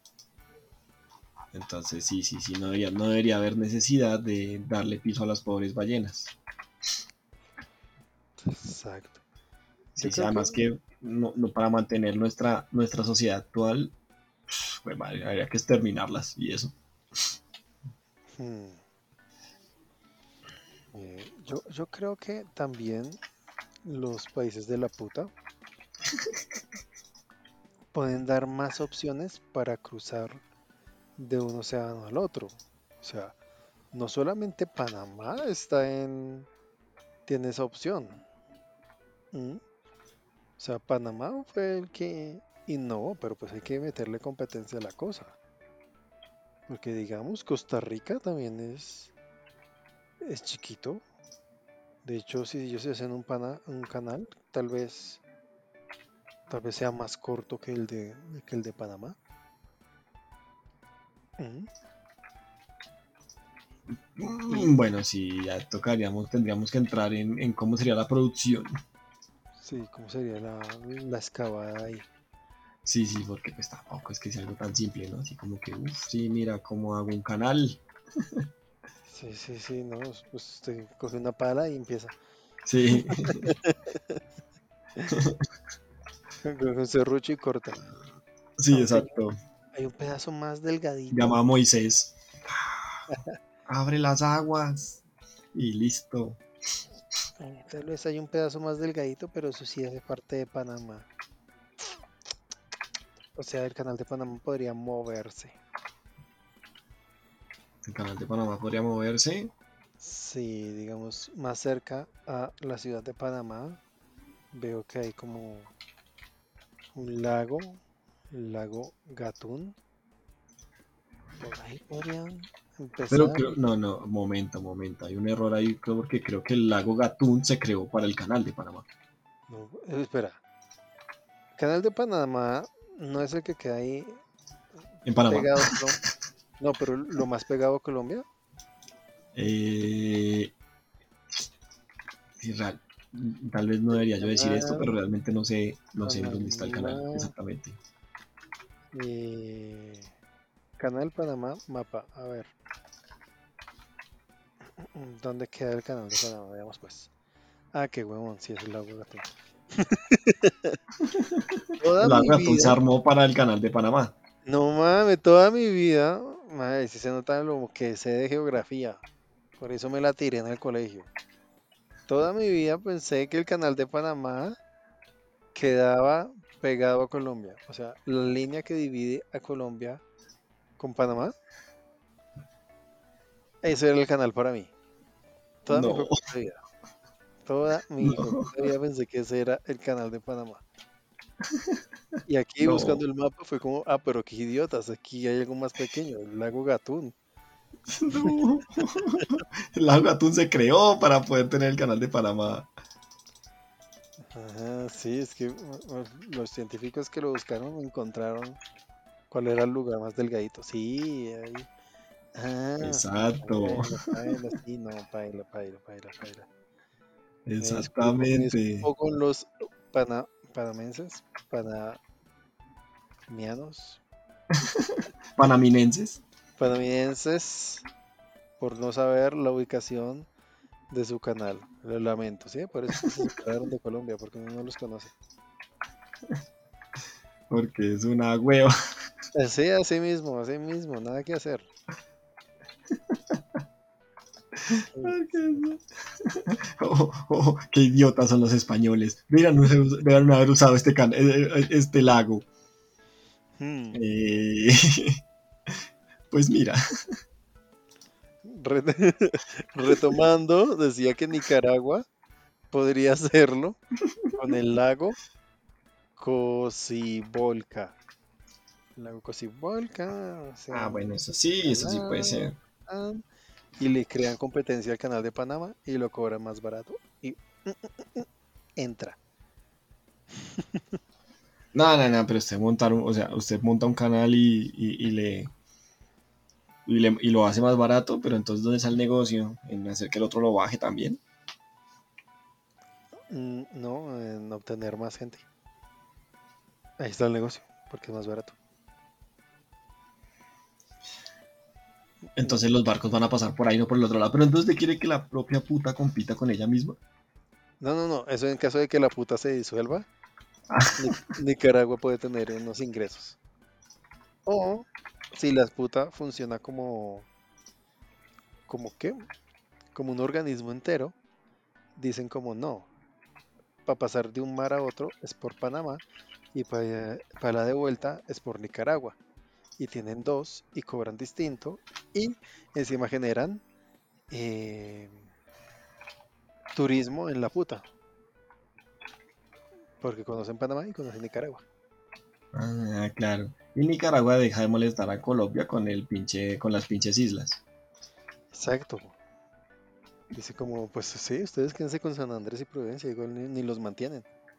Entonces sí, sí, sí, no debería haber necesidad de darle piso a las pobres ballenas. Exacto. Yo Sí, sí, creo que además que no para mantener nuestra sociedad actual, pues, madre, habría que exterminarlas y eso. hmm, yo creo que también los países de la puta pueden dar más opciones para cruzar de un océano al otro. O sea, no solamente Panamá tiene esa opción. ¿Mm? O sea, Panamá fue el que innovó, pero pues hay que meterle competencia a la cosa. Porque digamos, Costa Rica también es chiquito. De hecho, si ellos hacen un canal, tal vez sea más corto que el de Panamá. ¿Mm? Y Bueno, sí, ya tendríamos que entrar en cómo sería la producción. sí, ¿cómo sería la excavada ahí? Sí, sí, porque pues tampoco es que sea algo tan simple, ¿no? Así como que, uff, sí, mira cómo hago un canal. Sí, sí, sí, no, pues usted coge una pala y empieza. Sí, Coge un serrucho y corta. sí, Aunque exacto. hay un pedazo más delgadito. Llama a Moisés, abre las aguas y listo. Tal vez hay un pedazo más delgadito, pero eso sí hace parte de Panamá. O sea, el canal de Panamá podría moverse. El canal de Panamá podría moverse. Sí, digamos, más cerca a la ciudad de Panamá, veo que hay como un lago, el lago Gatún, Por ahí podrían Pero empezar. creo, no, momento, hay un error ahí porque creo que el lago Gatún se creó para el canal de Panamá. No, espera. Canal de Panamá no es el que queda ahí En Panamá. pegado a Colombia. No, pero lo más pegado a Colombia. Eh, sí, tal vez no debería yo decir esto, pero Canal realmente no sé en dónde está el canal Panamá. exactamente. Canal Panamá, mapa. A ver, ¿dónde queda el canal de Panamá? Veamos pues. Ah, qué huevón, sí es el lago Gatún. Toda El mi lago Gatún se vida, armó para el canal de Panamá. no mames, toda mi vida, madre, si se nota lo que sé de geografía. Por eso me la tiré en el colegio. Toda mi vida pensé que el canal de Panamá quedaba pegado a Colombia. O sea, la línea que divide a Colombia con Panamá, ese era el canal para mí. Toda mi No, hijueputa vida. Toda mi no, hijueputa vida pensé que ese era el canal de Panamá. Y aquí no, buscando el mapa fue como, ah, pero qué idiotas, aquí hay algo más pequeño, el lago Gatún. no. El lago Gatún se creó para poder tener el canal de Panamá. Ajá, sí, es que los científicos que lo buscaron encontraron cuál era el lugar más delgadito. Sí, ahí. Ah, sí, Exacto, sí, no, paila. Me exactamente. disculpo con los panamenses, panamianos, Panaminenses. panamenses, por no saber la ubicación de su canal. Lo lamento, ¿sí? Por eso es que se separaron de Colombia, porque uno no los conoce. Porque es una hueva. Sí, así mismo, nada que hacer. Sí, Qué idiotas son los españoles. Deberían haber usado este lago. hmm. Eh, pues mira, Re- Retomando, decía que Nicaragua podría hacerlo con el lago Cocibolca. El lago Cocibolca, o sea, bueno, eso sí puede salado, ser. y le crean competencia al canal de Panamá y lo cobran más barato y entra. No, pero o sea, usted monta un canal y lo hace más barato, pero entonces ¿dónde está el negocio? En hacer que el otro lo baje también. No, en obtener más gente. Ahí está el negocio, porque es más barato. No, Entonces los barcos van a pasar por ahí, no por el otro lado. Pero entonces usted quiere que la propia puta compita con ella misma. no, eso en caso de que la puta se disuelva, Nicaragua puede tener unos ingresos. O si la puta funciona como qué, como un organismo entero, dicen como no, para pasar de un mar a otro es por Panamá y para la de vuelta es por Nicaragua. Y tienen dos y cobran distinto y encima generan eh, turismo en la puta, porque conocen Panamá y conocen Nicaragua. Ah, claro. Y Nicaragua deja de molestar a Colombia con las pinches islas. Exacto. Dice como, pues sí, ustedes quédense con San Andrés y Providencia, igual ni los mantienen.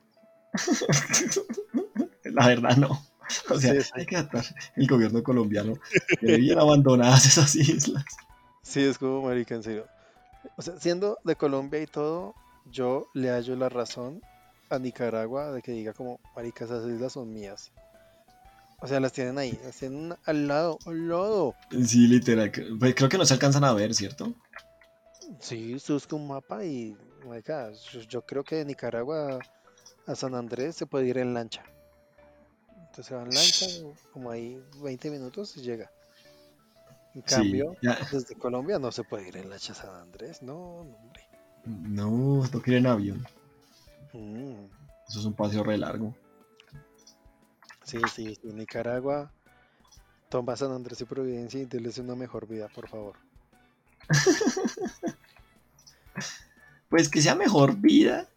La verdad no. O sea, Sí, hay sí. que tratar el gobierno colombiano. Tiene bien abandonadas esas islas. Sí, es como marica, en serio. O sea, siendo de Colombia y todo, yo le hallo la razón a Nicaragua de que diga como, marica, esas islas son mías. O sea, las tienen ahí, las tienen al lado. Sí, literal. Pues creo que no se alcanzan a ver, ¿cierto? Sí, busca un mapa y, marica, yo creo que de Nicaragua a San Andrés se puede ir en lancha. Entonces se va en lancha, como ahí 20 minutos y llega. En Sí, cambio, ya. desde Colombia no se puede ir en lancha a San Andrés, no, hombre. No, no quieren en avión. Mm, Eso es un paseo re largo. sí, Nicaragua. Toma San Andrés y Providencia y déles una mejor vida, por favor. Pues que sea mejor vida.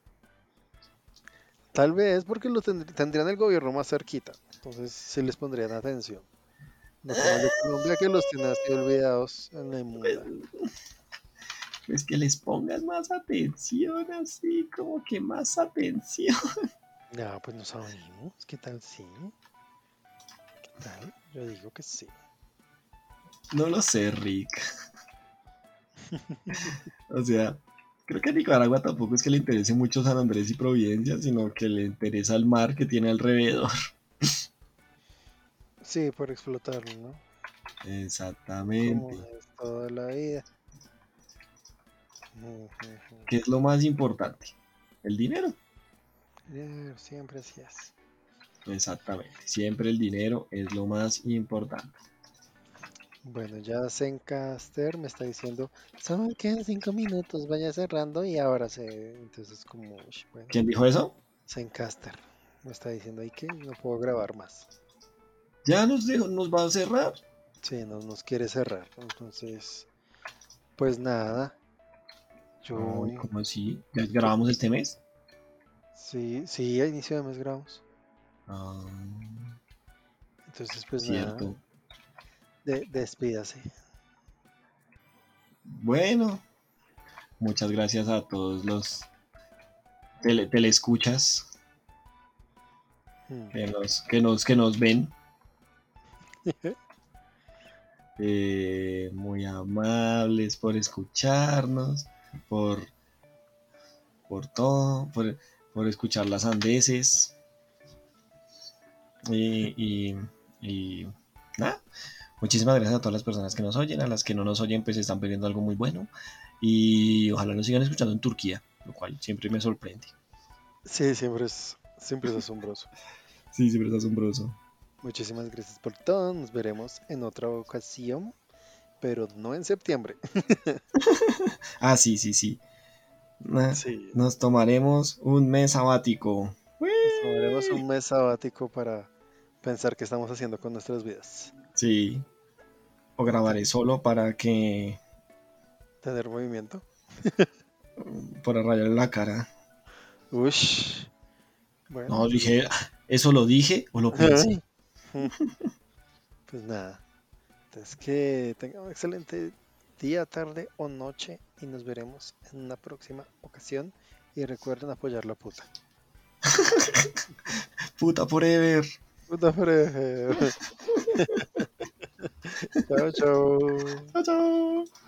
Tal vez porque tendrían el gobierno más cerquita, entonces sí les pondrían atención. No como el de Colombia que los tiene así olvidados en la Pues, inmunda. pues que les pongan más atención, así como que más atención. No, pues no sabemos. ¿Qué tal sí? ¿Qué tal? Yo digo que sí. No lo sé, Rick. O sea, creo que a Nicaragua tampoco es que le interese mucho San Andrés y Providencia, sino que le interesa el mar que tiene alrededor. Sí, por explotarlo, ¿no? Como Exactamente. es toda la vida. Ujú. ¿Qué es lo más importante? El dinero. Siempre así es. Exactamente. Siempre el dinero es lo más importante. Bueno, ya Zencaster me está diciendo, solo quedan 5 minutos, vaya cerrando y ahora se... Entonces como, ush, bueno, ¿Quién dijo eso? Zencaster me está diciendo ahí que no puedo grabar más. Ya nos dejo, nos va a cerrar. Sí, no nos quiere cerrar. Entonces, pues nada, Ay, yo, ¿cómo así? ¿Ya yo, grabamos este mes? sí, sí, a inicio de mes grabamos. Ah, Entonces, pues nada, cierto. despídase. Bueno, muchas gracias a todos los telescuchas Hmm. que nos ven. Muy amables por escucharnos, por, por todo, por escuchar las andeses. Y, y nada, muchísimas gracias a todas las personas que nos oyen, a las que no nos oyen pues están perdiendo algo muy bueno y ojalá nos sigan escuchando en Turquía, lo cual siempre me sorprende. Sí, siempre es asombroso. Sí, siempre es asombroso. Muchísimas gracias por todo. Nos veremos en otra ocasión, pero no en septiembre. Ah, sí, sí, sí. Sí, Nos tomaremos un mes sabático. nos tomaremos un mes sabático para pensar qué estamos haciendo con nuestras vidas. Sí, o grabaré Ten- solo para que, Tener movimiento. para rayarle la cara. Ush. Bueno, No, pues, dije, ¿eso lo dije o lo pensé? pues nada. Entonces que tengan un excelente día, tarde o noche y nos veremos en una próxima ocasión. Y recuerden apoyar la puta. Puta forever. Puta forever. Chao, chao. Chao, chao.